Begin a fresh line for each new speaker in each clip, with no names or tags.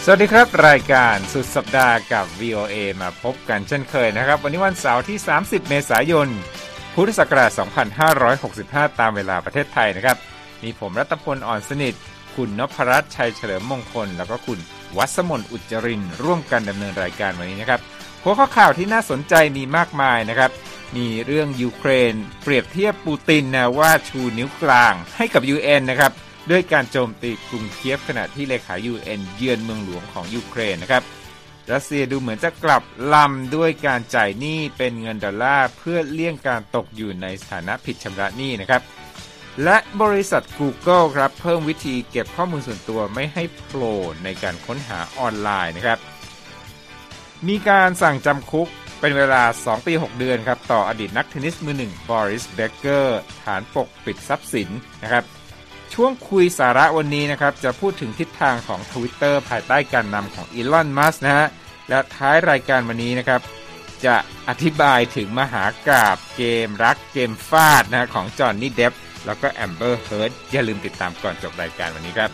สวัสดีครับรายการสุดสัปดาห์กับ VOA มาพบกันเช่นเคยนะครับวันนี้วันเสาร์ที่30เมษายนพุทธศักราช2565ตามเวลาประเทศไทยนะครับมีผมรัตพลอ่อนสนิทคุณนพรัตน์ชัยเฉลิมมงคลแล้วก็คุณวัสมนอุจจรินร่วมกันดำเนินรายการวันนี้นะครับหัวข้อข่าวที่น่าสนใจมีมากมายนะครับมีเรื่องยูเครนเปรียบเทียบปูตินนะว่าชูนิ้วกลางให้กับ UN นะครับด้วยการโจมตีกรุงเคียฟขณะที่เลขา UN เยือนเมืองหลวงของยูเครนนะครับรัสเซียดูเหมือนจะกลับลำด้วยการจ่ายหนี้เป็นเงินดอลลาร์เพื่อเลี่ยงการตกอยู่ในสถานะผิดชำระหนี้นะครับและบริษัท Google ครับเพิ่มวิธีเก็บข้อมูลส่วนตัวไม่ให้โผล่ในการค้นหาออนไลน์นะครับมีการสั่งจำคุกเป็นเวลา2ปี6เดือนครับต่ออดีตนักเทนนิสมือหนึ่งบอริสเบเกอร์ฐานปกปิดทรัพย์สินนะครับช่วงคุยสาระวันนี้นะครับจะพูดถึงทิศทางของ Twitter ภายใต้การนำของอีลอน มัสก์นะฮะและท้ายรายการวันนี้นะครับจะอธิบายถึงมหากาพย์เกมรักเกมฟาดนะของจอห์นนี่เดปแล้วก็แอมเบอร์เฮิร์ดอย่าลืมติดตามก่อนจบรายการวันนี้ครับ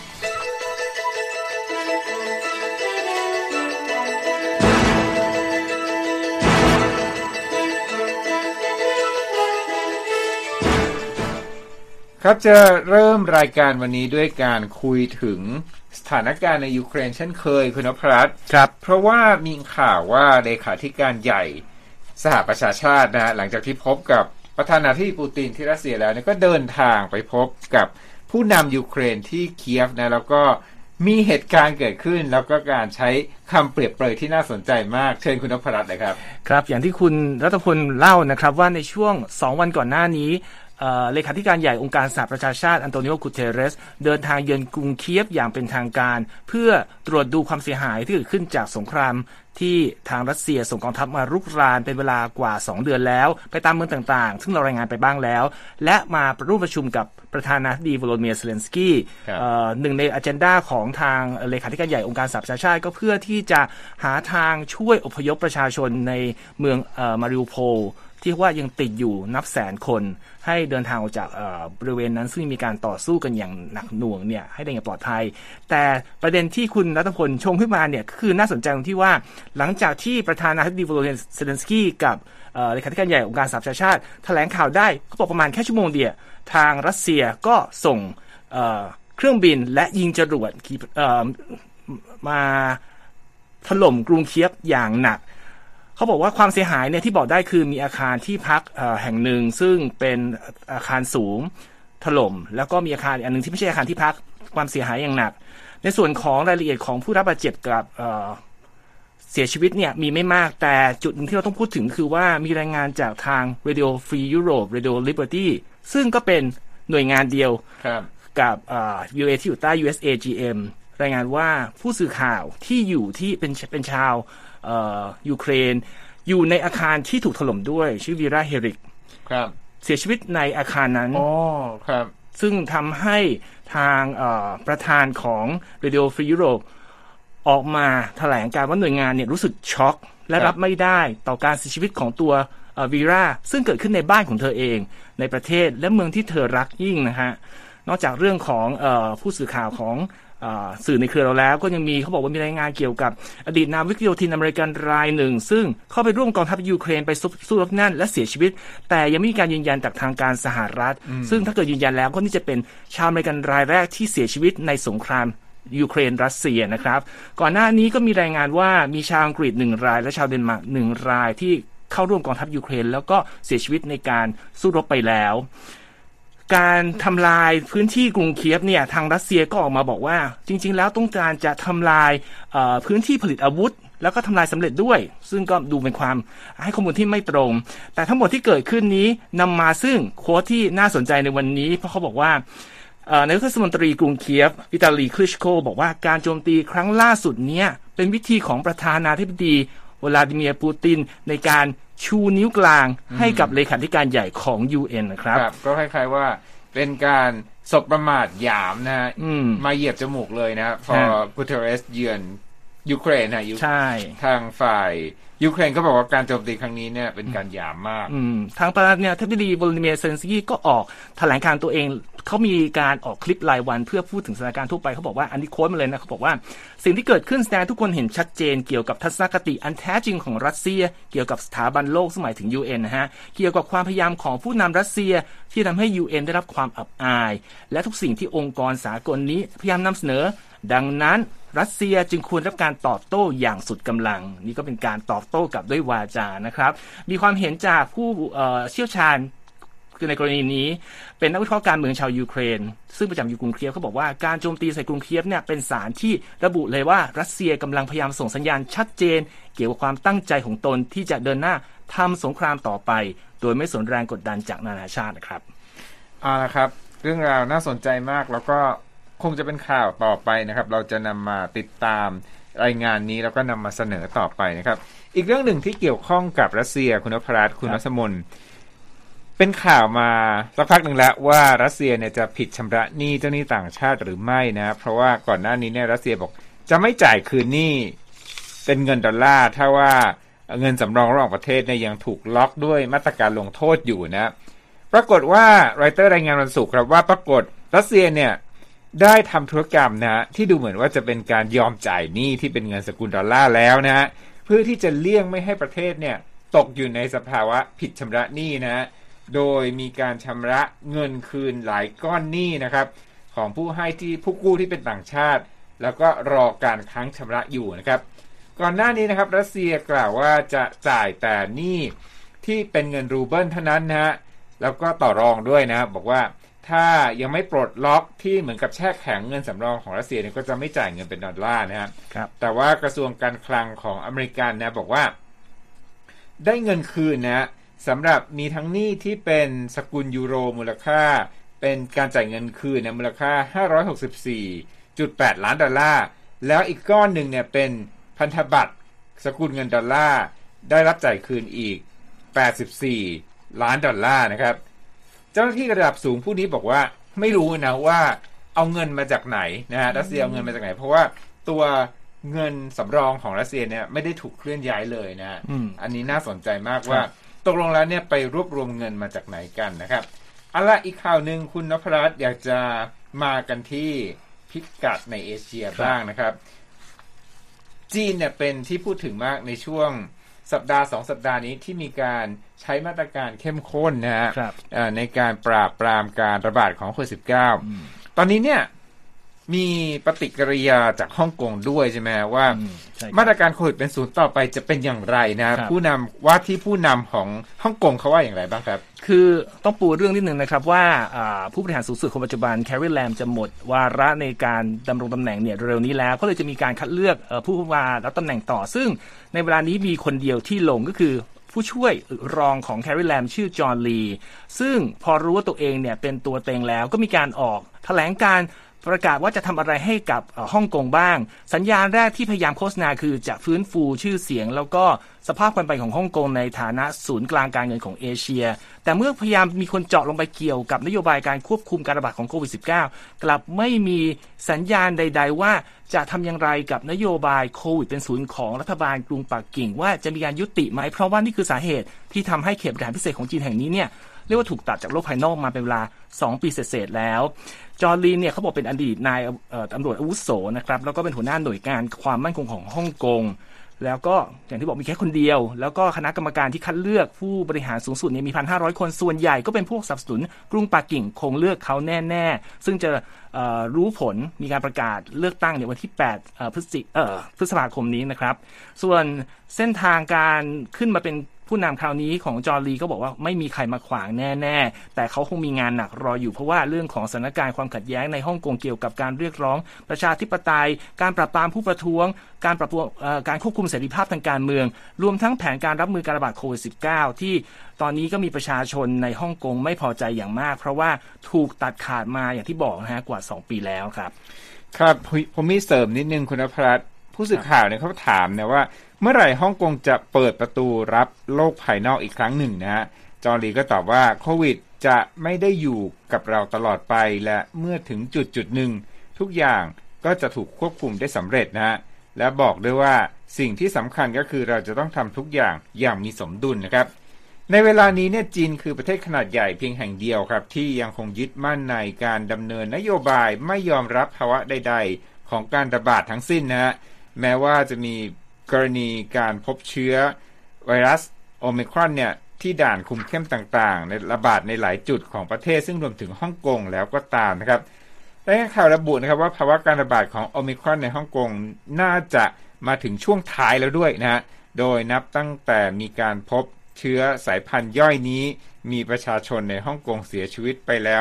ครับจะเริ่มรายการวันนี้ด้วยการคุยถึงสถานการณ์ในยูเครนเช่นเคยคุณนพรัตน์ครับเพราะว่ามีข่าวว่าเลขาธิการใหญ่สหประชาชาตินะหลังจากที่พบกับประธานาธิบดีปูตินที่รัสเซียแล้วก็เดินทางไปพบกับผู้นำยูเครนที่เคียฟนะแล้วก็มีเหตุการณ์เกิดขึ้นแล้วก็การใช้คำเปรียบเปรยที่น่าสนใจมากเชิญคุณนพรัตน์เลยครับ
ครับอย่างที่คุณรัตพลเล่านะครับว่าในช่วง2วันก่อนหน้านี้เลขาธิการใหญ่องค์การสหประชาชาติอันโตนิโอ กูเตเรสเดินทางเยือนกรุงเคียฟอย่างเป็นทางการเพื่อตรวจดูความเสียหายที่เกิดขึ้นจากสงครามที่ทางรัสเซียส่งกองทัพมารุกรานเป็นเวลากว่า2เดือนแล้วไปตามเมืองต่างๆซึ่งเรารายงานไปบ้างแล้วและมาร่วมประชุมกับประธานาธิบดีโวโลดิเมียร์ เซเลนสกี้หนึ่งในอเจนดาของทางเลขาธิการใหญ่องค์การสหประชาชาติก็เพื่อที่จะหาทางช่วยอพยพประชาชนในเมืองมาริอูโพลที่ว่ายังติดอยู่นับแสนคนให้เดินทางออกจากบริเวณนั้นซึ่งมีการต่อสู้กันอย่างหนักหน่วงเนี่ยให้ได้อย่างปลอดภัยแต่ประเด็นที่คุณรัตพลชงขึ้นมาเนี่ยคือน่าสนใจตรงที่ว่าหลังจากที่ประธานาธิบดีโวโลดิเมียร์ เซเลนสกี้กับเลขาธิการใหญ่องค์การสหประชาชาติแถลงข่าวได้เขาบอกประมาณแค่ชั่วโมงเดียวทางรัสเซียก็ส่งเครื่องบินและยิงจรวดมาถล่มกรุงเคียฟอย่างหนักเขาบอกว่าความเสียหายเนี่ยที่บอกได้คือมีอาคารที่พักแห่งหนึ่งซึ่งเป็นอาคารสูงถล่มแล้วก็มีอาคารอันนึงที่ไม่ใช่อาคารที่พักความเสียหายอย่างหนักในส่วนของรายละเอียดของผู้รับบาดเจ็บกับเสียชีวิตเนี่ยมีไม่มากแต่จุดนึงที่เราต้องพูดถึงคือว่ามีรายงานจากทาง Radio Free Europe Radio Liberty ซึ่งก็เป็นหน่วยงานเดียวกับVOA ที่อยู่ใต้ USAGM รายงานว่าผู้สื่อข่าวที่อยู่ที่เป็นชาวยูเครนอยู่ในอาคารที่ถูกถล่มด้วยชื่อวีราเฮริกเสียชีวิตในอาคารนั้นซึ่งทำให้ทางประธานของ Radio Free Europe ออกมาแถลงการว่าหน่วยงานเนี่ยรู้สึกช็อกและรับไม่ได้ต่อการเสียชีวิตของตัววีราซึ่งเกิดขึ้นในบ้านของเธอเองในประเทศและเมืองที่เธอรักยิ่งนะฮะนอกจากเรื่องของผู้สื่อข่าวของสื่อในเครือเราแล้วก็ยังมีเขาบอกว่ามีรายงานเกี่ยวกับอดีตนาวิกโยธินอเมริกันรายหนึ่งซึ่งเข้าไปร่วมกองทัพยูเครนไปสู้รบนั่นและเสียชีวิตแต่ยังไม่มีการยืนยันจากทางการสหรัฐซึ่งถ้าเกิดยืนยันแล้วก็นี่จะเป็นชาวอเมริกันรายแรกที่เสียชีวิตในสงครามยูเครนรัสเซียนะครับก่อนหน้านี้ก็มีรายงานว่ามีชาวอังกฤษ1รายและชาวเดนมาร์ก1รายที่เข้าร่วมกองทัพยูเครนแล้วก็เสียชีวิตในการสู้รบไปแล้วการทำลายพื้นที่กรุงเคียฟเนี่ยทางรัสเซียก็ออกมาบอกว่าจริงๆแล้วต้องการจะทำลายพื้นที่ผลิตอาวุธแล้วก็ทำลายสำเร็จด้วยซึ่งก็ดูเป็นความให้ข้อมูลที่ไม่ตรงแต่ทั้งหมดที่เกิดขึ้นนี้นำมาซึ่งโค้ดที่น่าสนใจในวันนี้เพราะเขาบอกว่านายกเทศมนตรีกรุงเคียฟวิตาลีคลิชโกบอกว่าการโจมตีครั้งล่าสุดนี้เป็นวิธีของประธานาธิบดีวลาดิเมียร์ปูตินในการชูนิ้วกลางให้กับเลขาธิการใหญ่ของ UN นะครับ
ก็คล้ายๆว่าเป็นการสบประมาทหยามนะฮะมาเหยียบจมูกเลยนะพอกูเตเรสเยือนยูเครนนะ
ใช่
ทางฝ่ายยูเครนก็บอกว่าการโจมตีครั้งนี้เนี่ยเป็นการหยามมาก
ทางประธานาธิบดีวลาดิเมียร์เซเลนสกี้ก็ออกแถลงการตัวเองเขามีการออกคลิปรายวันเพื่อพูดถึงสถานการณ์ทั่วไปเขาบอกว่าอันนี้โค้ดมาเลยนะเขาบอกว่าสิ่งที่เกิดขึ้นแสดงทุกคนเห็นชัดเจนเกี่ยวกับทัศนคติอันแท้จริงของรัสเซียเกี่ยวกับสถาบันโลกสมัยถึง UN นะฮะเกี่ยวกับความพยายามของผู้นำรัสเซียที่ทำให้ UN ได้รับความอับอายและทุกสิ่งที่องค์กรสากลนี้พยายามนำเสนอดังนั้นรัสเซียจึงควรรับการตอบโต้อย่างสุดกำลังนี่ก็เป็นการตอบโต้กับด้วยวาจานะครับมีความเห็นจากผู้เชี่ยวชาญคือในกรณีนี้เป็นนักวิเคราะห์การเมืองชาวยูเครนซึ่งประจำอยู่กรุงเคียฟเขาบอกว่าการโจมตีใส่กรุงเคียฟเนี่ยเป็นสารที่ระบุเลยว่ารัสเซียกำลังพยายามส่งสัญญาณชัดเจนเกี่ยวกับความตั้งใจของตนที่จะเดินหน้าทำสงครามต่อไปโดยไม่สนแรงกดดันจากนานาชาตินะครับ
เอาละครับเรื่องราวน่าสนใจมากแล้วก็คงจะเป็นข่าวต่อไปนะครับเราจะนำมาติดตามรายงานนี้แล้วก็นำมาเสนอต่อไปนะครับอีกเรื่องหนึ่งที่เกี่ยวข้องกับรัสเซียคุณนพรัตน์คุณรัศมนเป็นข่าวมาสักพักหนึ่งแล้วว่ารัสเซียเนี่ยจะผิดชำระหนี้เจ้าหนี้ต่างชาติหรือไม่นะเพราะว่าก่อนหน้านี้เนี่ยรัสเซียบอกจะไม่จ่ายคืนหนี้เป็นเงินดอลลาร์ถ้าว่าเงินสำรองระหว่างประเทศเนี่ยยังถูกล็อกด้วยมาตรการลงโทษอยู่นะปรากฏว่ารอยเตอร์รายงานวันศุกร์ครับว่าปรากฏรัสเซียเนี่ยได้ทำธุรกรรมนะที่ดูเหมือนว่าจะเป็นการยอมจ่ายหนี้ที่เป็นเงินสกุลดอลลาร์แล้วนะฮะเพื่อที่จะเลี่ยงไม่ให้ประเทศเนี่ยตกอยู่ในสภาวะผิดชำระหนี้นะโดยมีการชำระเงินคืนหลายก้อนหนี้นะครับของผู้ให้ที่ผู้กู้ที่เป็นต่างชาติแล้วก็รอการค้างชำระอยู่นะครับก่อนหน้านี้นะครับรัสเซียกล่าวว่าจะจ่ายแต่หนี้ที่เป็นเงินรูเบิลเท่านั้นนะฮะแล้วก็ต่อรองด้วยนะบอกว่าถ้ายังไม่ปลดล็อกที่เหมือนกับแช่แข็งเงินสำรองของรัสเซียเนี่ยก็จะไม่จ่ายเงินเป็นดอลลาร์นะครับแต่ว่ากระทรวงการคลังของอเมริกันนะบอกว่าได้เงินคืนนะสำหรับมีทั้งหนี้ที่เป็นสกุลยูโรมูลค่าเป็นการจ่ายเงินคืนนะมูลค่า 564.8 ล้านดอลลาร์แล้วอีกก้อนหนึ่งเนี่ยเป็นพันธบัตรสกุลเงินดอลลาร์ได้รับจ่ายคืนอีก 84 ล้านดอลลาร์นะครับเจ้าหน้าที่ระดับสูงผู้นี้บอกว่าไม่รู้นะว่าเอาเงินมาจากไหนนะฮะรัสเซียเอาเงินมาจากไหนเพราะว่าตัวเงินสำรองของรัสเซียเนี่ยไม่ได้ถูกเคลื่อนย้ายเลยนะอันนี้น่าสนใจมากว่าตกลงแล้วเนี่ยไปรวบรวมเงินมาจากไหนกันนะครับเอาละอีกข่าวหนึ่งคุณนพรัตน์อยากจะมากันที่พิกัดในเอเชียบ้างนะครับจีนเนี่ยเป็นที่พูดถึงมากในช่วงสัปดาห์2สัปดาห์นี้ที่มีการใช้มาตรการเข้มข้นนะฮะในการปราบปรามการระบาดของโควิด -19 ตอนนี้เนี่ยมีปฏิกิริยาจากฮ่องกงด้วยใช่ไหมว่ามาตรการโควิดเป็นศูนย์ต่อไปจะเป็นอย่างไรนะผู้นำว่าที่ผู้นำของฮ่องกงเขาว่าอย่างไรบ้างครับ
คือต้องปูเรื่องนิดนึงนะครับว่าผู้บริหารสูงสุดคนปัจจุบันแคร์รีแลมจะหมดวาระในการดำรงตำแหน่งเนี่ยเร็วนี้แล้วก็เลยจะมีการคัดเลือกผู้ว่ารับตำแหน่งต่อซึ่งในเวลานี้มีคนเดียวที่ลงก็คือผู้ช่วยรองของแคร์รีแลมชื่อจอห์นลีซึ่งพอรู้ว่าตัวเองเนี่ยเป็นตัวเต็งแล้วก็มีการออกแถลงการประกาศว่าจะทำอะไรให้กับฮ่องกงบ้างสัญญาณแรกที่พยายามโฆษณาคือจะฟื้นฟูชื่อเสียงแล้วก็สภาพความเป็นของฮ่องกงในฐานะศูนย์กลางการเงินของเอเชียแต่เมื่อพยายามมีคนเจาะลงไปเกี่ยวกับนโยบายการควบคุมการระบาดของโควิด -19 กลับไม่มีสัญญาณใดๆว่าจะทำอย่างไรกับนโยบายโควิดเป็นศูนย์ของรัฐบาลกรุงปักกิ่งว่าจะมีการยุติไหมเพราะว่านี่คือสาเหตุที่ทำให้เขตบริหารพิเศษของจีนแห่งนี้เนี่ยเรียกว่าถูกตัดจากโลกภายนอกมาเป็นเวลา2 ปีเศษแล้วจอร์ลีนเนี่ยเขาบอกเป็นอดีตนายตำรวจอาวุโสนะครับแล้วก็เป็นหัวหน้าหน่วยการความมั่นคงของฮ่องกงแล้วก็อย่างที่บอกมีแค่คนเดียวแล้วก็คณะกรรมการที่คัดเลือกผู้บริหารสูงสุดเนี่ยมี 1,500 คนส่วนใหญ่ก็เป็นพวกสนับสนุนกรุงปักกิ่งคงเลือกเขาแน่ๆซึ่งจะรู้ผลมีการประกาศเลือกตั้งในวันที่8พฤษภาคมนี้นะครับส่วนเส้นทางการขึ้นมาเป็นผู้นำคราวนี้ของจอร์ลีก็บอกว่าไม่มีใครมาขวางแน่ๆแต่เขาคงมีงานหนักรออยู่เพราะว่าเรื่องของสถานการณ์ความขัดแย้งในฮ่องกงเกี่ยวกับการเรียกร้องประชาธิปไตยการปราบปรามผู้ประท้วงการควบคุมเสรีภาพทางการเมืองรวมทั้งแผนการรับมือการระบาดโควิด -19 ที่ตอนนี้ก็มีประชาชนในฮ่องกงไม่พอใจอย่างมากเพราะว่าถูกตัดขาดมาอย่างที่บอกนะฮะกว่า2 ปีแล้วครับ
ครับผมมีเสริมนิดนึงคุณนพรัตน์ผู้สื่อข่าวเนี่ยเขาถามนะว่าเมื่อไหร่ฮ่องกงจะเปิดประตูรับโลกภายนอกอีกครั้งหนึ่งนะฮะจอร์ลีก็ตอบว่าโควิดจะไม่ได้อยู่กับเราตลอดไปและเมื่อถึงจุดหนึ่งทุกอย่างก็จะถูกควบคุมได้สำเร็จนะฮะและบอกด้วยว่าสิ่งที่สำคัญก็คือเราจะต้องทำทุกอย่างมีสมดุลนะครับในเวลานี้เนี่ยจีนคือประเทศขนาดใหญ่เพียงแห่งเดียวครับที่ยังคงยึดมั่นในการดำเนินนโยบายไม่ยอมรับภาวะใดๆของการระบาดทั้งสิ้นนะฮะแม้ว่าจะมีกรณีการพบเชื้อไวรัสโอมิครอนเนี่ยที่ด่านคุมเข้มต่างๆในระบาดในหลายจุดของประเทศซึ่งรวมถึงฮ่องกงแล้วก็ตามนะครับรายงานข่าวระบุนะครับว่าภาวะการระบาดของโอมิครอนในฮ่องกงน่าจะมาถึงช่วงท้ายแล้วด้วยนะฮะโดยนับตั้งแต่มีการพบเชื้อสายพันธุ์ย่อยนี้มีประชาชนในฮ่องกงเสียชีวิตไปแล้ว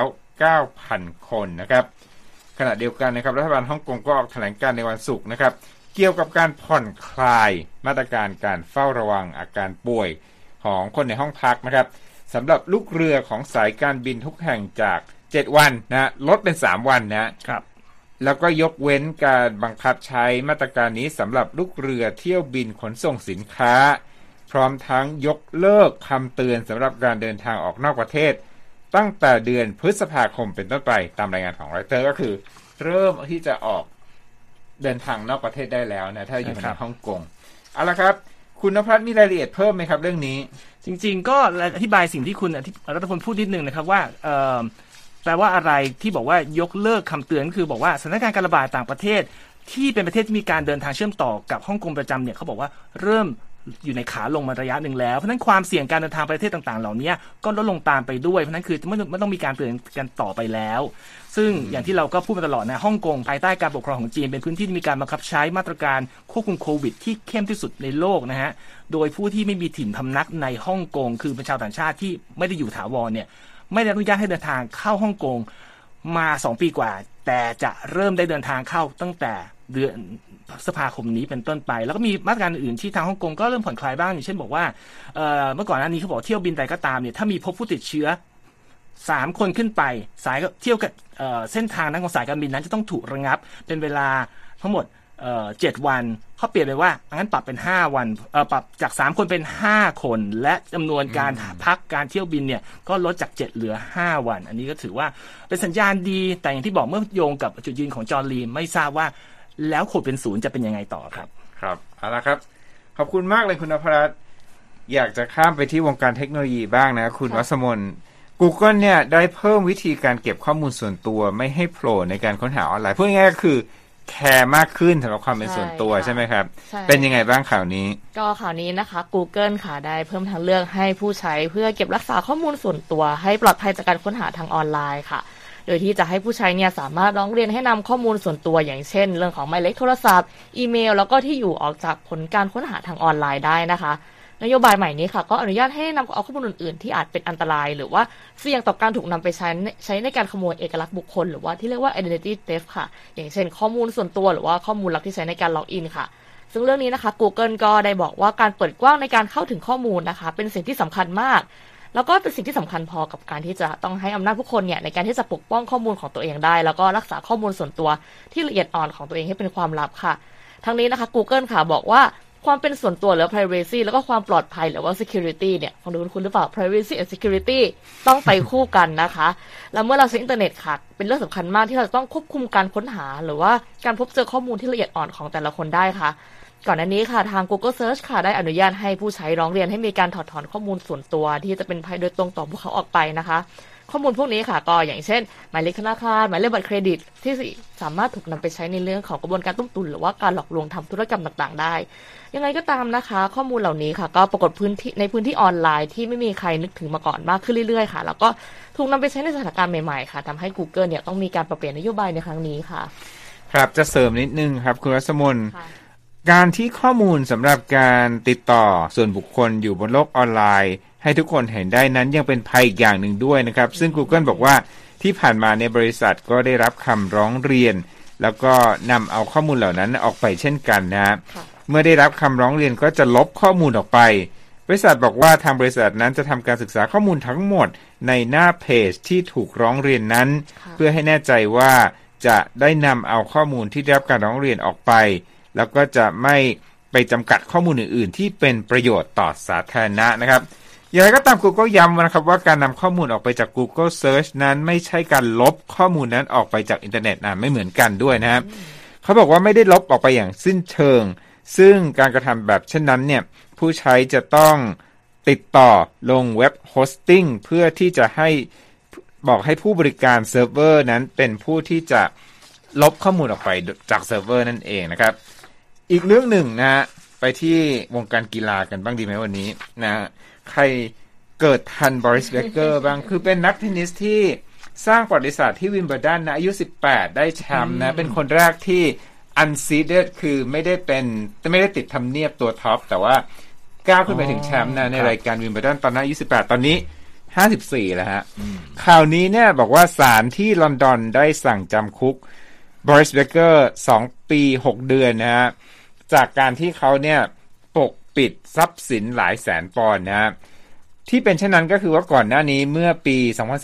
9,000 คนนะครับขณะเดียวกันนะครับรัฐบาลฮ่องกงก็ออกแถลงการณ์ในวันศุกร์นะครับเกี่ยวกับการผ่อนคลายมาตรการการเฝ้าระวังอาการป่วยของคนในห้องพักนะครับสำหรับลูกเรือของสายการบินทุกแห่งจาก7วันนะลดเป็น3วันนะครับแล้วก็ยกเว้นการบังคับใช้มาตรการนี้สำหรับลูกเรือเที่ยวบินขนส่งสินค้าพร้อมทั้งยกเลิกคำเตือนสำหรับการเดินทางออกนอกประเทศตั้งแต่เดือนพฤษภาคมเป็นต้นไปตามรายงานของรอยเตอร์ก็คือเริ่มที่จะออกเดินทางนอกประเทศได้แล้วนะถ้าอยู่ในฮ่องกงเอาละครับคุณณภัทรมีรายละเอียดเพิ่มไหมครับเรื่องนี้
จริงๆก็อธิบายสิ่งที่คุณรัตพลพูดนิดนึงนะครับว่าแปลว่าอะไรที่บอกว่ายกเลิกคำเตือนคือบอกว่าสถานการณ์การระบาดต่างประเทศที่เป็นประเทศที่มีการเดินทางเชื่อมต่อกับฮ่องกงประจำเนี่ยเขาบอกว่าเริ่มอยู่ในขาลงมาระยะหนึ่งแล้วเพราะนั้นความเสี่ยงการเดินทางไปประเทศต่างๆเหล่านี้ก็ลดลงตามไปด้วยเพราะนั้นคือไม่ต้องมีการเตือนกันต่อไปแล้วซึ่งอย่างที่เราก็พูดมาตลอดนะฮ่องกงภายใต้การปกครองของจีนเป็นพื้นที่ที่มีการบังคับใช้มาตรการควบคุมโควิดที่เข้มที่สุดในโลกนะฮะโดยผู้ที่ไม่มีถิ่นพำนักในฮ่องกงคือเป็นชาวต่างชาติที่ไม่ได้อยู่ถาวรเนี่ยไม่ได้อนุญาตให้เดินทางเข้าฮ่องกงมา2ปีกว่าแต่จะเริ่มได้เดินทางเข้าตั้งแต่เดือนพฤษภาคมนี้เป็นต้นไปแล้วก็มีมาตรการอื่นที่ทางฮ่องกงก็เริ่มผ่อนคลายบ้างอย่างเช่นบอกว่าเมื่อก่อนหน้านี้เขาบอกเที่ยวบินใดก็ตามเนี่ยถ้ามีพบผู้ติดเชื้อ3คนขึ้นไปสายเที่ยวกับเส้นทางนั้นของสายการบินนั้นจะต้องถูกระงับเป็นเวลาทั้งหมด7วันเขาเปลี่ยนไปว่างั้นปรับเป็น5วันปรับจาก3คนเป็น5คนและจำนวนการพักการเที่ยวบินเนี่ยก็ลดจาก7เหลือ5วันอันนี้ก็ถือว่าเป็นสัญญาณดีแต่อย่างที่บอกเมื่อโยงกับจุดยืนของจอห์นลีไม่ทราบว่าแล้วโควิดเป็น0จะเป็นยังไงต่อครับ
ครับเอาละครับขอบคุณมากเลยคุณณภัทรอยากจะข้ามไปที่วงการเทคโนโลยีบ้างนะคุณวัสมน Google เนี่ยได้เพิ่มวิธีการเก็บข้อมูลส่วนตัวไม่ให้โผล่ในการค้นหาออนไลน์พูดง่ายๆก็คือแคร์มากขึ้นสำหรับความเป็นส่วนตัวใช่ไหมครับเป็นยังไงบ้างข่าวนี้
ก็ข่าวนี้นะคะ Google ค่ะได้เพิ่มทางเลือกให้ผู้ใช้เพื่อเก็บรักษาข้อมูลส่วนตัวให้ปลอดภัยจากการค้นหาทางออนไลน์ค่ะโดยที่จะให้ผู้ใช้เนี่ยสามารถร้องเรียนให้นำข้อมูลส่วนตัวอย่างเช่นเรื่องของหมายเลขโทรศัพท์อีเมลแล้วก็ที่อยู่ออกจากผลการค้นหาทางออนไลน์ได้นะคะนโยบายใหม่นี้ค่ะก็อนุญาตให้นำเอาข้อมูลอื่นๆที่อาจเป็นอันตรายหรือว่าเสี่ยงต่อการถูกนำไปใช้ในการขโมยเอกลักษณ์บุคคลหรือว่าที่เรียกว่า identity theft ค่ะอย่างเช่นข้อมูลส่วนตัวหรือว่าข้อมูลลับที่ใช้ในการล็อกอินค่ะซึ่งเรื่องนี้นะคะ Google ก็ได้บอกว่าการเปิดกว้างในการเข้าถึงข้อมูลนะคะเป็นสิ่งที่สำคัญมากแล้วก็เป็นสิ่งที่สำคัญพอกับการที่จะต้องให้อำนาจผู้คนเนี่ยในการที่จะปกป้องข้อมูลของตัวเองได้แล้วก็รักษาข้อมูลส่วนตัวที่ละเอียดอ่อนของตัวเองให้เป็นความลับค่ะทั้งนี้นะคะ Google ค่ะบอกว่าความเป็นส่วนตัวหรือ privacy แล้วก็ความปลอดภัยหรือว่า security เนี่ยฟังดูคุณหรือเปล่า privacy and security ต้องไปคู่กันนะคะแล้วเมื่อเราใช้อินเทอร์เน็ตค่ะเป็นเรื่องสำคัญมากที่เราต้องควบคุมการค้นหาหรือว่าการพบเจอข้อมูลที่ละเอียดอ่อนของแต่ละคนได้ค่ะก่อนหน้านี้ค่ะทาง Google Search ค่ะได้อนุญาตให้ผู้ใช้ร้องเรียนให้มีการถอดถอนข้อมูลส่วนตัวที่จะเป็นภัยโดยตรงต่อพวกเขาออกไปนะคะข้อมูลพวกนี้ค่ะก็อย่างเช่นหมายเลขธนาคารหมายเลขบัตรเครดิตที่สามารถถูกนำไปใช้ในเรื่องของกระบวนการต้มตุ๋นหรือว่าการหลอกลวงทำธุรกรรมต่างๆได้ยังไงก็ตามนะคะข้อมูลเหล่านี้ค่ะก็ปรากฏในพื้นที่ออนไลน์ที่ไม่มีใครนึกถึงมาก่อนมากขึ้นเรื่อยๆค่ะแล้วก็ถูกนำไปใช้ในสถานการณ์ใหม่ๆค่ะทำให้ Google เนี่ยต้องมีการปรับเปลี่ยนนโยบายในครั้งนี้ค่ะ
ครับจะเสริมนิดนึงครับคุณรัศมนการที่ข้อมูลสำหรับการติดต่อส่วนบุคคลอยู่บนโลกออนไลน์ให้ทุกคนเห็นได้นั้นยังเป็นภัยอีกอย่างหนึ่งด้วยนะครับซึ่ง Google บอกว่าที่ผ่านมาในบริษัทก็ได้รับคำร้องเรียนแล้วก็นำเอาข้อมูลเหล่านั้นออกไปเช่นกันนะเมื่อได้รับคำร้องเรียนก็จะลบข้อมูลออกไปบริษัทบอกว่าทางบริษัทนั้นจะทำการศึกษาข้อมูลทั้งหมดในหน้าเพจที่ถูกร้องเรียนนั้นเพื่อให้แน่ใจว่าจะได้นำเอาข้อมูลที่ได้รับการร้องเรียนออกไปแล้วก็จะไม่ไปจำกัดข้อมูลอื่นๆที่เป็นประโยชน์ต่อสาธารณะนะครับอย่างไรก็ตาม Google ย้ำนะครับว่าการนำข้อมูลออกไปจาก Google Search นั้นไม่ใช่การลบข้อมูลนั้นออกไปจากอินเทอร์เน็ตไม่เหมือนกันด้วยนะครับเขาบอกว่าไม่ได้ลบออกไปอย่างสิ้นเชิงซึ่งการกระทำแบบเช่นนั้นเนี่ยผู้ใช้จะต้องติดต่อลงเว็บโฮสติ้งเพื่อที่จะให้บอกให้ผู้บริการเซิร์ฟเวอร์นั้นเป็นผู้ที่จะลบข้อมูลออกไปจากเซิร์ฟเวอร์นั่นเองนะครับอีกเรื่องหนึ่งนะฮะไปที่วงการกีฬากันบ้างดีไหมวันนี้นะใครเกิดทันบริส เบเกอร์บ้างคือเป็นนักเทนนิสที่สร้างประวัติศาสตร์ที่วิมเบิลดันนะอายุ18ได้แชมป์นะเป็นคนแรกที่unseeded คือไม่ได้ติดทำเนียบตัวท็อปแต่ว่าก้าวขึ้นไปถึงแชมป์นะในรายการวิมเบิลดันตอนนั้นอายุ18ตอนนี้54แล้วฮะข่าวนี้เนี่ยบอกว่าศาลที่ลอนดอนได้สั่งจำคุกบริส เบเกอร์2 ปี 6 เดือนนะฮะจากการที่เขาเนี่ยปกปิดทรัพย์สินหลายแสนปอนด์นะฮะที่เป็นเช่นนั้นก็คือว่าก่อนหน้านี้เมื่อปี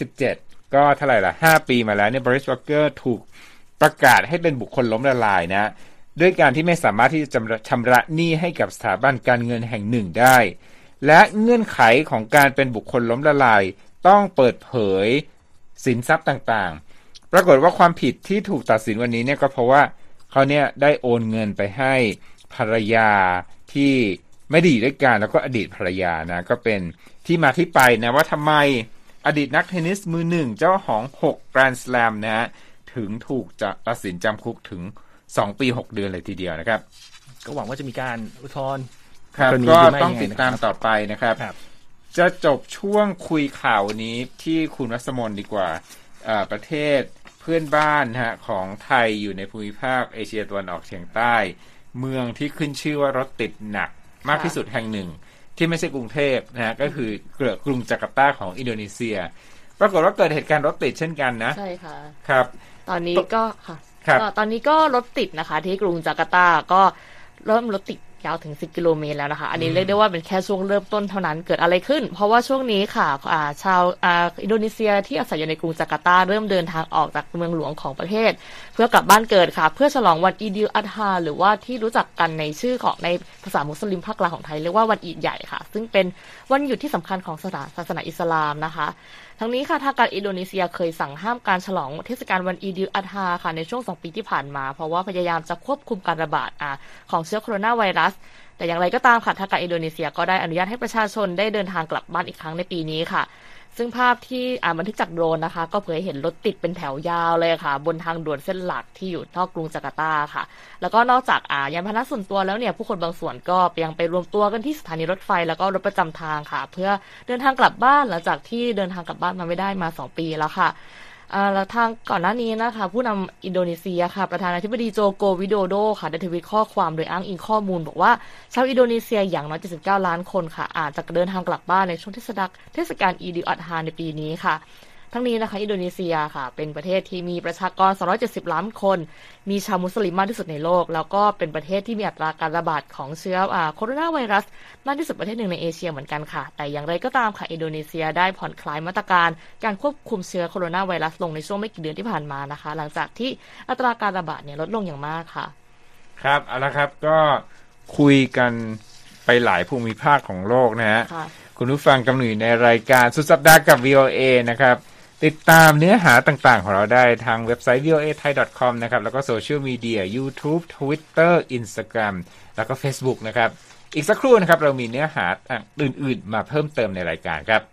2017ก็เท่าไหร่ละ5 ปีมาแล้วเนี่ยบริส เบเกอร์ถูกประกาศให้เป็นบุคคลล้มละลายนะด้วยการที่ไม่สามารถที่จะชำระหนี้ให้กับสถาบันการเงินแห่งหนึ่งได้และเงื่อนไขของการเป็นบุคคลล้มละลายต้องเปิดเผยสินทรัพย์ต่างๆปรากฏว่าความผิดที่ถูกตัดสินวันนี้เนี่ยก็เพราะว่าเขาเนี่ยได้โอนเงินไปให้ภรรยาที่ไม่ได้อยู่ด้วยกันแล้วก็อดีตภรรยานะก็เป็นที่มาที่ไปนะว่าทำไมอดีตนักเทนนิสมือหนึ่งเจ้าของ6 Grand Slam นะฮะถึงถูกจะตัดสินจำคุกถึง2 ปี 6 เดือนเลยทีเดียวนะครับ
ก็หวังว่าจะมีการอุทธรณ์
ครับก็ต้องติดตามต่อไปนะครับจะจบช่วงคุยข่าวนี้ที่คุณรัศมนดีกว่าประเทศเพื่อนบ้านฮะของไทยอยู่ในภูมิภาคเอเชียตะวันออกเฉียงใต้เมืองที่ขึ้นชื่อว่ารถติดหนักมากที่สุดแห่งหนึ่งที่ไม่ใช่กรุงเทพนะฮะก็คือกรุงจาการ์ตาของอินโดนีเซียปรากฏว่าเกิดเหตุการณ์รถติดเช่นกันนะ
ใช่ค่ะ
ครับ
ตอนนี้ก็ค่ะตอนนี้ก็รถติดนะคะที่กรุงจาการ์ตาก็เริ่มรถติดยาวถึง10 กิโลเมตรแล้วนะคะอันนี้เรียกได้ว่าเป็นแค่ช่วงเริ่มต้นเท่านั้นเกิดอะไรขึ้นเพราะว่าช่วงนี้ค่ะชาวอินโดนีเซียที่อาศัยอยู่ในกรุงจาการ์ตาเริ่มเดินทางออกจากเมืองหลวงของประเทศเพื่อกลับบ้านเกิดค่ะเพื่อฉลองวันอีดิลอัฎฮาหรือว่าที่รู้จักกันในชื่อของในภาษามุสลิมภาคกลางของไทยเรียกว่าวันอีดใหญ่ค่ะซึ่งเป็นวันหยุดที่สำคัญของศาสนาอิสลามนะคะทั้งนี้ค่ะทางการอินโดนีเซียเคยสั่งห้ามการฉลองเทศกาลวันอีดิลอัฎฮาค่ะในช่วง2 ปีที่ผ่านมาเพราะว่าพยายามจะควบคุมการระบาดของเชื้อโคโรนาไวรัสแต่อย่างไรก็ตามค่ะทางการอินโดนีเซียก็ได้อนุญาตให้ประชาชนได้เดินทางกลับบ้านอีกครั้งในปีนี้ค่ะซึ่งภาพที่บันทึกจากโดรนนะคะก็เผยเห็นรถติดเป็นแถวยาวเลยค่ะบนทางด่วนเส้นหลักที่อยู่นอกกรุงจาการ์ตาค่ะแล้วก็นอกจากยานพาหนะส่วนตัวแล้วเนี่ยผู้คนบางส่วนก็ยังไปรวมตัวกันที่สถานีรถไฟแล้วก็รถประจำทางค่ะเพื่อเดินทางกลับบ้านหลังจากที่เดินทางกลับบ้านมาไม่ได้มา2 ปีแล้วค่ะแล้วทางก่อนหน้านี้นะคะผู้นำอินโดนีเซียค่ะประธานาธิบดีโจโกวิโดโดค่ะได้ทวีตข้อความโดยอ้างอิงข้อมูลบอกว่าชาวอินโดนีเซียอย่างน้อย79 ล้านคนค่ะอาจจะเดินทางกลับบ้านในช่วงเทศกาลอีดิลอัฎฮาในปีนี้ค่ะทั้งนี้นะคะอินโดนีเซียค่ะเป็นประเทศที่มีประชากร270 ล้านคนมีชาวมุสลิมมากที่สุดในโลกแล้วก็เป็นประเทศที่มีอัตราการระบาดของเชื้อโคโรนาไวรัสมากที่สุดประเทศหนึ่งในเอเชียเหมือนกันค่ะแต่อย่างไรก็ตามค่ะอินโดนีเซียได้ผ่อนคลายมาตรการการควบคุมเชื้อโคโรนาไวรัสลงในช่วงไม่กี่เดือนที่ผ่านมานะคะหลังจากที่อัตราการระบาดเนี่ยลดลงอย่างมากค่ะ
ครับเอาละครับก็คุยกันไปหลายภูมิภาคของโลกนะฮะคุณผู้ฟังกำลังอยู่ในรายการสุดสัปดาห์กับ VOA นะครับติดตามเนื้อหาต่างๆของเราได้ทางเว็บไซต์ voathai.com นะครับแล้วก็โซเชียลมีเดีย YouTube Twitter Instagram แล้วก็ Facebook นะครับอีกสักครู่นะครับเรามีเนื้อหาอื่นๆมาเพิ่มเติมในรายการครับ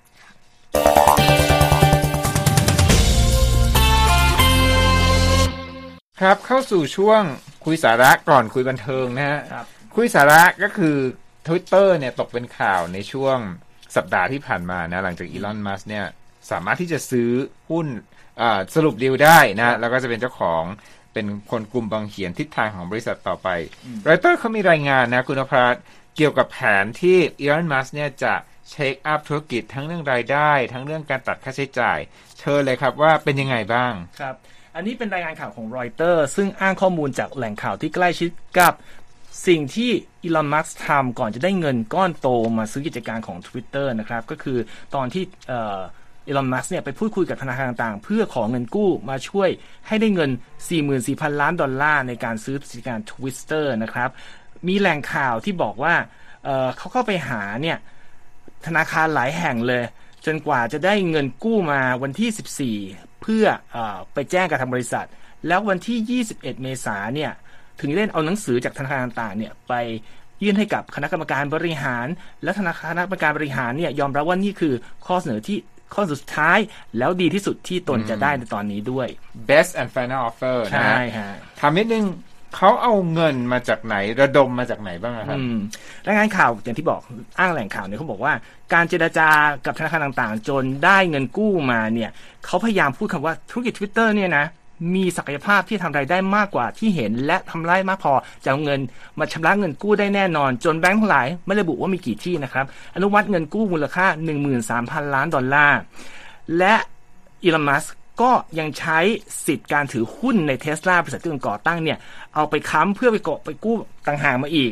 ครับเข้าสู่ช่วงคุยสาระก่อนคุยบันเทิงนะฮะคุยสาระก็คือ Twitter เนี่ยตกเป็นข่าวในช่วงสัปดาห์ที่ผ่านมานะหลังจากอีลอน มัสก์เนี่ยสามารถที่จะซื้อหุ้นสรุปดีลได้นะแล้วก็จะเป็นเจ้าของเป็นคนกลุ่มบางเขียนทิศทางของบริษัทต่อไปรอยเตอร์เขามีรายงานนะคุณอภรณ์เกี่ยวกับแผนที่อีลอน มัสก์เนี่ยจะเช็คอัพธุรกิจทั้งเรื่องรายได้ทั้งเรื่องการตัดค่าใช้จ่ายเชิญเลยครับว่าเป็นยังไงบ้าง
ครับอันนี้เป็นรายงานข่าวของรอยเตอร์ซึ่งอ้างข้อมูลจากแหล่งข่าวที่ใกล้ชิดกับสิ่งที่อีลอน มัสก์ทำก่อนจะได้เงินก้อนโตมาซื้อกิจการของ Twitter นะครับก็คือตอนที่อีลอน มัสก์เนี่ยไปพูดคุยกับธนาคารต่างๆเพื่อขอเงินกู้มาช่วยให้ได้เงิน 44,000 ล้านดอลลาร์ในการซื้อกิจการ Twitter นะครับมีแหล่งข่าวที่บอกว่าเขาเข้าไปหาเนี่ยธนาคารหลายแห่งเลยจนกว่าจะได้เงินกู้มาวันที่14เพื่อไปแจ้งกับทางบริษัทแล้ววันที่21 เมษายนเนี่ยถึงได้เอาหนังสือจากธนาคารต่างๆเนี่ยไปยื่นให้กับคณะกรรมการบริหารและคณะกรรมการบริหารเนี่ยยอมรับว่านี่คือข้อเสนอที่ข้อสุดท้ายแล้วดีที่สุดที่ตนจะได้ในตอนนี้ด้วย
best and final offer นะ
ใช่ฮะ
ทำนิดนึงเขาเอาเงินมาจากไหนระดมมาจากไหนบ้างครับ
รายงานข่าวอย่างที่บอกอ้างแหล่งข่าวเนี่ยเขาบอกว่าการเจรจากับธนาคารต่างๆจนได้เงินกู้มาเนี่ยเขาพยายามพูดคำว่าธุรกิจ Twitter เนี่ยนะมีศักยภาพที่ทำรายได้มากกว่าที่เห็นและทำรายมากพอจะเอาเงินมาชำระเงินกู้ได้แน่นอนจนแบงก์ทั้งหลายไม่ระบุว่ามีกี่ที่นะครับอนุมัติเงินกู้มูลค่า 13,000 ล้านดอลลาร์และอีลอน มัสก์ก็ยังใช้สิทธิ์การถือหุ้นใน Tesla บริษัทที่ตนก่อตั้งเนี่ยเอาไปค้ำเพื่อไปกู้ต่างหากมาอีก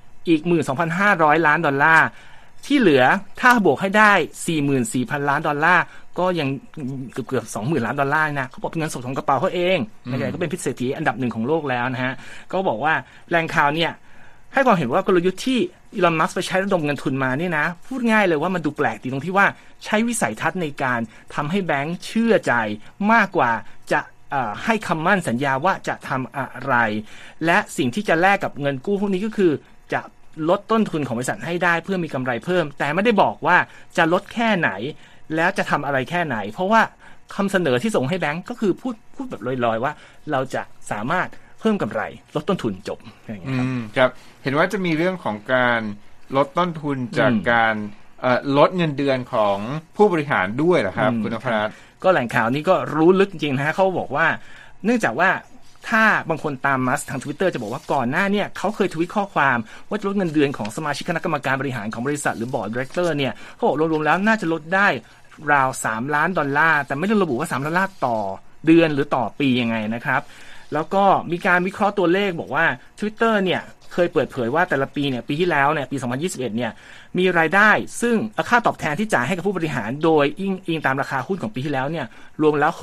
12,500 ล้านดอลลาร์ที่เหลือถ้าบวกให้ได้ 44,000 ล้านดอลลาร์ก็ยังเกือบ 20,000 ล้านดอลลาร์นะเขาบอกเป็นเงินสดของกระเป๋าเขาเองนะครับก็เป็นพิเศษฐีอันดับหนึ่งของโลกแล้วนะฮะก็บอกว่าแหล่งข่าวเนี่ยให้ความเห็นว่ากลยุทธ์ที่อีลอน มัสก์ไปใช้ระดมเงินทุนมาเนี่ยนะพูดง่ายเลยว่ามันดูแปลกดีตรงที่ว่าใช้วิสัยทัศน์ในการทำให้แบงค์เชื่อใจมากกว่าจะให้คำมั่นสัญญาว่าจะทำอะไรและสิ่งที่จะแลกกับเงินกู้พวกนี้ก็คือจะลดต้นทุนของบริษัทให้ได้เพื่อมีกำไรเพิ่มแต่ไม่ได้บอกว่าจะลดแค่ไหนแล้วจะทำอะไรแค่ไหนเพราะว่าคำเสนอที่ส่งให้แบงค์ก็คือพูดแบบลอยๆว่าเราจะสามารถเพิ่มกำไรลดต้นทุนจบอย่างนี้
ครับเห็นว่าจะมีเรื่องของการลดต้นทุนจากการลดเงินเดือนของผู้บริหารด้วยเหรอครับคุณนพรัตน์
ก็แหล่งข่าวนี้ก็รู้ลึกจริงๆนะฮะเขาบอกว่าเนื่องจากว่าถ้าบางคนตามมัสทาง Twitter จะบอกว่าก่อนหน้าเนี่ยเขาเคยทวิตข้อความว่าจะลดเงินเดือนของสมาชิกคณะกรรมการบริหารของบริษัทหรือบอร์ดดีเรคเตอร์เนี่ยเขาบอกรวมๆแล้วน่าจะลดได้ราว$3 ล้านแต่ไม่ได้ระบุว่า$3 ล้านต่อเดือนหรือต่อปียังไงนะครับแล้วก็มีการวิเคราะห์ตัวเลขบอกว่า Twitter เนี่ยเคยเปิดเผยว่าแต่ละปีเนี่ยปีที่แล้วเนี่ยปี2021เนี่ยมีรายได้ซึ่งค่าตอบแทนที่จ่ายให้กับผู้บริหารโดยอิงตามราคาหุ้นของปีที่แล้วเนี่ยรวมแล้ว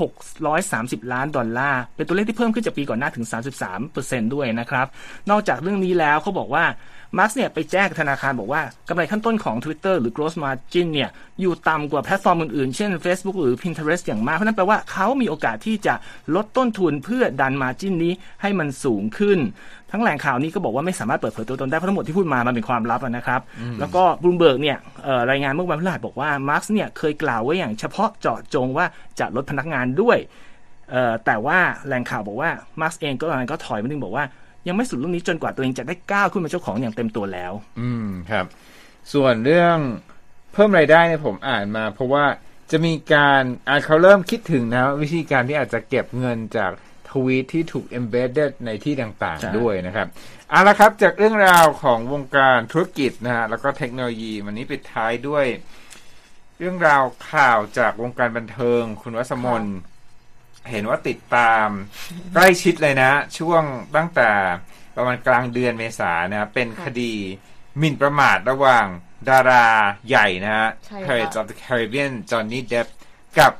$630 ล้านเป็นตัวเลขที่เพิ่มขึ้นจากปีก่อนหน้าถึง 33% ด้วยนะครับนอกจากเรื่องนี้แล้วเขาบอกว่ามาร์คเนี่ยไปแจ้งธนาคารบอกว่ากำไรขั้นต้นของ Twitter หรือ gross margin เนี่ยอยู่ต่ำกว่าแพลตฟอร์มอื่นๆเช่น Facebook หรือ Pinterest อย่างมากเพราะนั้นแปลว่าเขามีโอกาสที่จะลดต้นทุนเพื่อดัน margin นี้ให้มันสูงขึ้นทั้งแหล่งข่าวนี้ก็บอกว่าไม่สามารถเปิดเผยตัวตนได้เพราะทั้งหมดที่พูดมามันเป็นความลับนะครับแล้วก็ Bloomberg เนี่ยรายงานเมื่อวันพฤหัสบอกว่ามาร์คเนี่ยเคยกล่าวไว้อย่างเฉพาะเจาะจงว่าจะลดพนักงานด้วยแต่ว่าแหล่งข่าวบอกว่ามาร์คเองก็ถอยมานึงบอกว่ายังไม่สุดเรื่องนี้จนกว่าตัวเองจะได้ก้าวขึ้นเป็นเจ้าของอย่างเต็มตัวแล้ว
ครับส่วนเรื่องเพิ่มรายได้เนี่ยผมอ่านมาเพราะว่าจะมีการเขาเริ่มคิดถึงนะวิธีการที่อาจจะเก็บเงินจากทวีตที่ถูก embedded ในที่ต่างๆด้วยนะครับเอาละครับจากเรื่องราวของวงการธุรกิจนะฮะแล้วก็เทคโนโลยีวันนี้ปิดท้ายด้วยเรื่องราวข่าวจากวงการบันเทิงคุณวัสมนเห็นว่าติดตามใกล้ชิดเลยนะช่วงตั้งแต่ประมาณกลางเดือนเมษายนนะเป็นคดีหมิ่นประมาทระหว่างดาราใหญ่นะฮะ Pirates of the Caribbean Johnny Depp กับ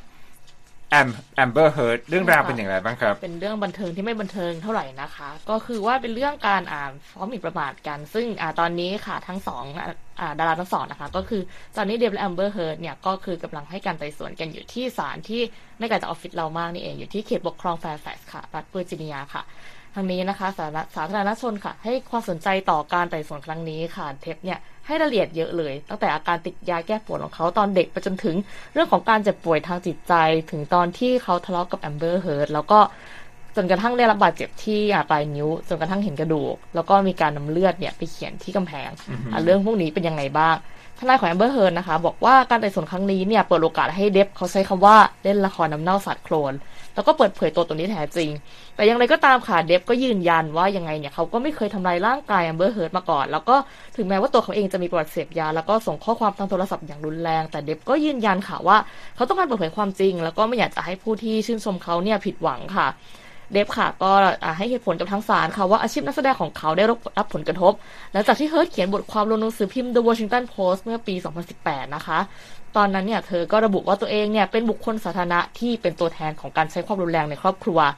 Amber Heard เรื่องราวเป็นอย่างไรบ้างครับ
เป็นเรื่องบันเทิงที่ไม่บันเทิงเท่าไหร่นะคะก็คือว่าเป็นเรื่องการฟ้องหมิ่นประมาทกันซึ่งตอนนี้ค่ะทั้งสองดาราทั้งสองนะคะก็คือจอห์นนี่เดปและ Amber Heard เนี่ยก็คือกำลังให้การไต่สวนกันอยู่ที่ศาลที่ไม่ไกลจากออฟฟิศเรามากนี่เองอยู่ที่เขตปกครองแฟร์แฟกซ์ค่ะรัฐเวอร์จิเนียค่ะทางนี้นะคะสาธารณชนค่ะให้ความสนใจต่อการไต่สวนครั้งนี้ค่ะเทปเนี่ยให้รายละเอียดเยอะเลยตั้งแต่อาการติดยาแก้ปวดของเขาตอนเด็กไปจนถึงเรื่องของการเจ็บป่วยทางจิตใจถึงตอนที่เขาทะเลาะกับแอมเบอร์เฮิร์ดแล้วก็จนกระทั่งได้รับบาดเจ็บที่ปลายนิ้วจนกระทั่งเห็นกระดูกแล้วก็มีการนำเลือดเนี่ยไปเขียนที่กำแพงเรื่องพวกนี้เป็นยังไงบ้างทนายของแอมเบอร์เฮิร์ดนะคะบอกว่าการไต่สวนครั้งนี้เนี่ยเปิดโอกาสให้เดฟเขาใช้คำว่าเล่นละครน้ำเน่าสาดโคลนแล้วก็เปิดเผยตัวตนที่แท้จริงแต่อย่างไรก็ตามค่ะเดฟก็ยืนยันว่ายังไงเนี่ยเขาก็ไม่เคยทำลายร่างกายแอมเบอร์เฮิร์ดมาก่อนแล้วก็ถึงแม้ว่าตัวเขาเองจะมีประวัติเสพยาแล้วก็ส่งข้อความทางโทรศัพท์อย่างรุนแรงแต่เดฟก็ยืนยันค่ะว่าเขาต้องการเปิดเผยความจริงแล้วก็ไม่อยากจะให้ผู้ที่ชื่นชมเขาเนี่ยผิดหวังค่ะเดฟค่ะก็ให้เหตุผลกับทางศาลค่ะว่าอาชีพนักแสดงของเขาได้รับผลกระทบหลังจากที่เฮิร์ดเขียนบทความลงหนังสือพิมพ์ The Washington Post เมื่อปี 2018 นะคะตอนนั้นเนี่ยเธอก็ระบุว่าตัวเองเนี่ยเป็นบุคคลสาธารณะที่เป็นตัวแทนของการใช้ความรุนแรงในครอบครัว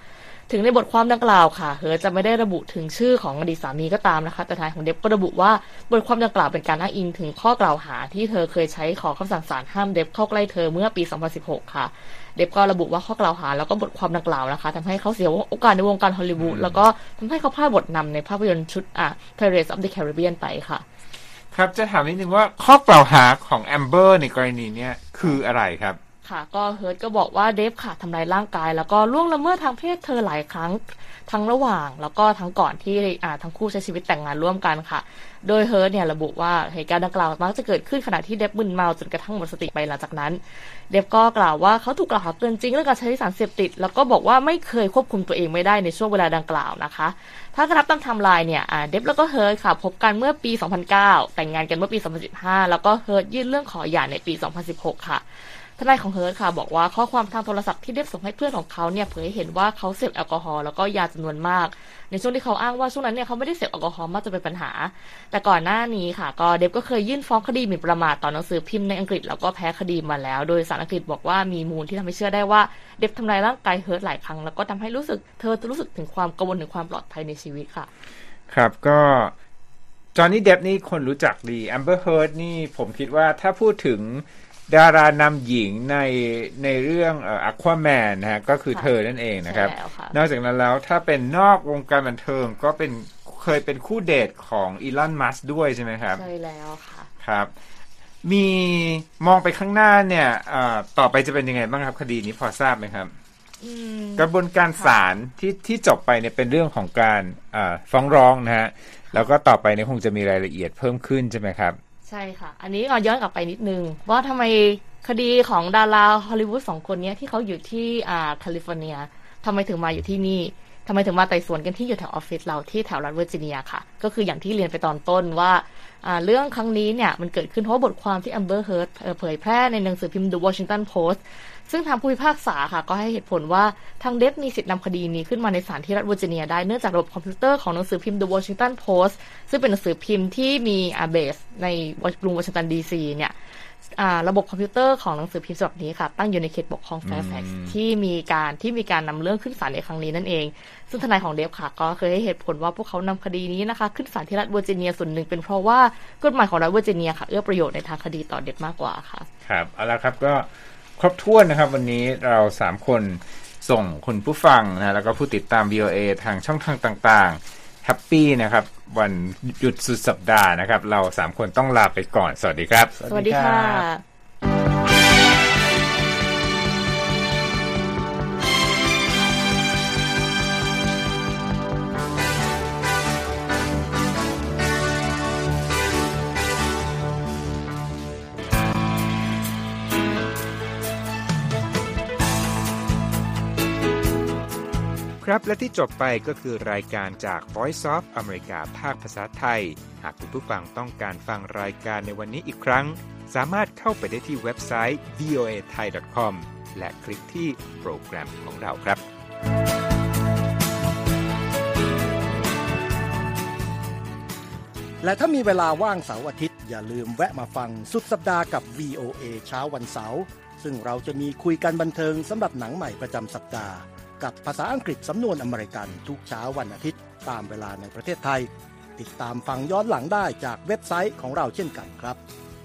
ถึงในบทความดังกล่าวค่ะเฮิร์ตจะไม่ได้ระบุถึงชื่อของอดีตสามีก็ตามนะคะแต่ทนายของเดฟก็ระบุว่าบทความดังกล่าวเป็นการอ้างอิงถึงข้อกล่าวหาที่เธอเคยใช้ขอคำสั่งศาลห้ามเดฟเข้าใกล้เธอเมื่อปี 2016 ค่ะเดฟก็ระบุว่าข้อกล่าวหาแล้วก็บทความดังกล่าวนะคะทำให้เขาเสียโอกาสในวงการฮอลลีวูดแล้วก็ทำให้เขาพลาดบทนำในภาพยนตร์ชุดPirates of the Caribbean ไปค่ะ
ครับจะถามนิดนึงว่าข้อกล่าวหาของแอมเบอร์ในกรณีนี้คืออะไรครับ
ค่ะก็เฮิร์ตก็บอกว่าเดฟค่ะทำร้ายร่างกายแล้วก็ล่วงละเมิดทางเพศเธอหลายครั้งทั้งระหว่างแล้วก็ทั้งก่อนที่ทั้งคู่ใช้ชีวิตแต่งงานร่วมกันค่ะโดยเฮิร์ตเนี่ยระบุว่าเหตุการณ์ดังกล่าวมักจะเกิดขึ้นขณะที่เดฟมึนเมาจนกระทั่งหมดสติไปหลังจากนั้นเดฟก็กล่าวว่าเขาถูกกล่าวหาเกินจริงเรื่องการใช้สารเสพติดแล้วก็บอกว่าไม่เคยควบคุมตัวเองไม่ได้ในช่วงเวลาดังกล่าวนะคะถ้ากนับตามไทม์ไลน์เนี่ยเดฟแล้วก็เฮิร์ตค่ะพบกันเมื่อปี 2009 แต่งงานกันเมื่อปี 2015 แล้วก็เฮิร์ตยื่นเรื่องขอหย่าในปี 2016 ค่ะทนายของเฮิร์ตค่ะบอกว่าข้อความทางโทรศัพท์ที่เดฟส่งให้เพื่อนของเขาเนี่ยเผยให้เห็นว่าเขาเสพแอลกอฮอล์แล้วก็ยาจำนวนมากในช่วงที่เขาอ้างว่าช่วงนั้นเนี่ยเขาไม่ได้เสพแอลกอฮอล์มากจนเป็นปัญหาแต่ก่อนหน้านี้ค่ะก็เดฟก็เคยยื่นฟ้องคดีหมิ่นประมาทต่อหนังสือพิมพ์ในอังกฤษแล้วก็แพ้คดีมาแล้วโดยศาลอังกฤษบอกว่ามีมูลที่ทำให้เชื่อได้ว่าเดฟทำลายร่างกายเฮิร์ตหลายครั้งแล้วก็ทำให้รู้สึกถึงความกังวลถึงความปลอดภัยในชีวิตค่ะ
ครับก็จอห์นนี่เดฟนี่คนรู้จักดีแอมเบอร์เฮิร์ตนี่ผมคิดว่าถ้าพูดถึงดารานำหญิงในเรื่องAquaman นะฮะก็คือเธอนั่นเองนะครับนอกจากนั้นแล้วถ้าเป็นนอกวงการบันเทิงก็เคยเป็นคู่เดทของอีลอนมัสก์ด้วยใช่ไหมครับ
ใช่แล้วค่ะ
ครับมีมองไปข้างหน้าเนี่ยต่อไปจะเป็นยังไงบ้างครับคดีนี้พอทราบไหมครับกระบวนการศาลที่จบไปเนี่ยเป็นเรื่องของการฟ้องร้องนะฮะแล้วก็ต่อไปเนี่ยคงจะมีรายละเอียดเพิ่มขึ้นใช่ไหมครับ
ใช่ค่ะอันนี้ย้อนกลับไปนิดนึงว่าทำไมคดีของดาราฮอลลีวูด2คนนี้ที่เขาอยู่ที่แคลิฟอร์เนียทำไมถึงมาอยู่ที่นี่ทำไมถึงมาไต่สวนกันที่อยู่แถวออฟฟิศเราที่แถวรัฐเวอร์จิเนียค่ะก็คืออย่างที่เรียนไปตอนต้นว่าเรื่องครั้งนี้เนี่ยมันเกิดขึ้นเพราะบทความที่แอมเบอร์เฮิร์ตเผยแพร่ในหนังสือพิมพ์ The Washington Post ซึ่งทางผู้พิพากษาค่ะก็ให้เหตุผลว่าทางเดฟมีสิทธิ์นำคดีนี้ขึ้นมาในศาลที่รัฐเวอร์จิเนียได้เนื่องจากระบบคอมพิวเตอร์ของหนังสือพิมพ์ The Washington Post ซึ่งเป็นหนังสือพิมพ์ที่มีเบสในกรุงวอชิงตันดีซีเนี่ยระบบคอมพิวเตอร์ของหนังสือพิมพ์ฉบับนี้ค่ะตั้งอยู่ในเขตปกครองแฟร์แฟกซ์ที่มีการนำเรื่องขึ้นศาลในครั้งนี้นั่นเองซึ่งทนายของเดฟค่ะก็เคยให้เหตุผลว่าพวกเขานำคดีนี้นะคะขึ้นศาลที่รัฐเวอร์จิเนียส่วนหนึ่งเป็นเพราะว่ากฎหมายของรัฐเวอร์จิเนียค่ะเอื้อประโยชน์ในทางคดีต่อเดฟมากกว่าค่ะ
ครับเอาละครับก็ครบถ้วนนะครับวันนี้เรา3คนส่งคุณผู้ฟังนะแล้วก็ผู้ติดตาม VOA ทางช่องทางต่างๆแฮปปี้นะครับวันหยุดสุดสัปดาห์นะครับเรา3คนต้องลาไปก่อนสวัสดีครับ
สวัสดีค่ะ
ครับและที่จบไปก็คือรายการจาก Voice of America ภาคภาษาไทยหากคุณผู้ฟังต้องการฟังรายการในวันนี้อีกครั้งสามารถเข้าไปได้ที่เว็บไซต์ voathai.com และคลิกที่โปรแกรมของเราครับ
และถ้ามีเวลาว่างเสาร์อาทิตย์อย่าลืมแวะมาฟังสุดสัปดาห์กับ VOA เช้าวันเสาร์ซึ่งเราจะมีคุยกันบันเทิงสำหรับหนังใหม่ประจำสัปดาห์กับภาษาอังกฤษสำนวนอเมริกันทุกเช้าวันอาทิตย์ตามเวลาในประเทศไทยติดตามฟังย้อนหลังได้จากเว็บไซต์ของเราเช่นกันครับ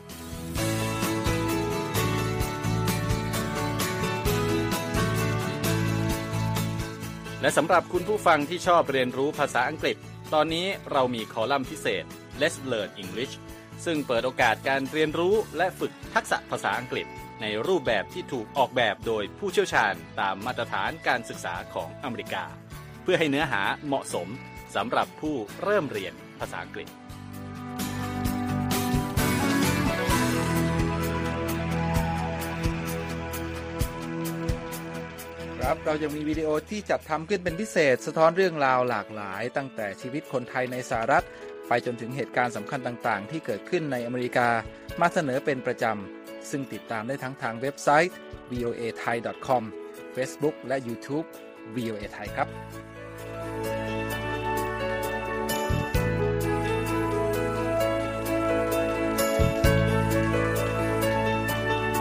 และสำหรับคุณผู้ฟังที่ชอบเรียนรู้ภาษาอังกฤษตอนนี้เรามีคอลัมน์พิเศษ Let's Learn English ซึ่งเปิดโอกาสการเรียนรู้และฝึกทักษะภาษาอังกฤษในรูปแบบที่ถูกออกแบบโดยผู้เชี่ยวชาญตามมาตรฐานการศึกษาของอเมริกาเพื่อให้เนื้อหาเหมาะสมสำหรับผู้เริ่มเรียนภาษาอังกฤษ
ครับเรายังมีวิดีโอที่จัดทำขึ้นเป็นพิเศษสะท้อนเรื่องราวหลากหลายตั้งแต่ชีวิตคนไทยในสหรัฐไปจนถึงเหตุการณ์สำคัญต่างๆที่เกิดขึ้นในอเมริกามาเสนอเป็นประจำซึ่งติดตามได้ทั้งทางเว็บไซต์ voathai.com Facebook และ YouTube VOA Thai ครับ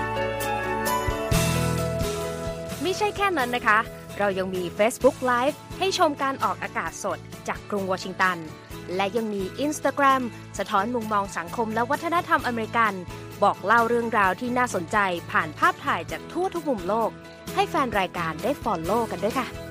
ไม่ใช่แค่นั้นนะคะเรายังมี Facebook Live ให้ชมการออกอากาศสดจากกรุงวอชิงตันและยังมี Instagram สะท้อนมุมมองสังคมและวัฒนธรรมอเมริกันบอกเล่าเรื่องราวที่น่าสนใจผ่านภาพถ่ายจากทั่วทุกมุมโลกให้แฟนรายการได้ follow กันด้วยค่ะ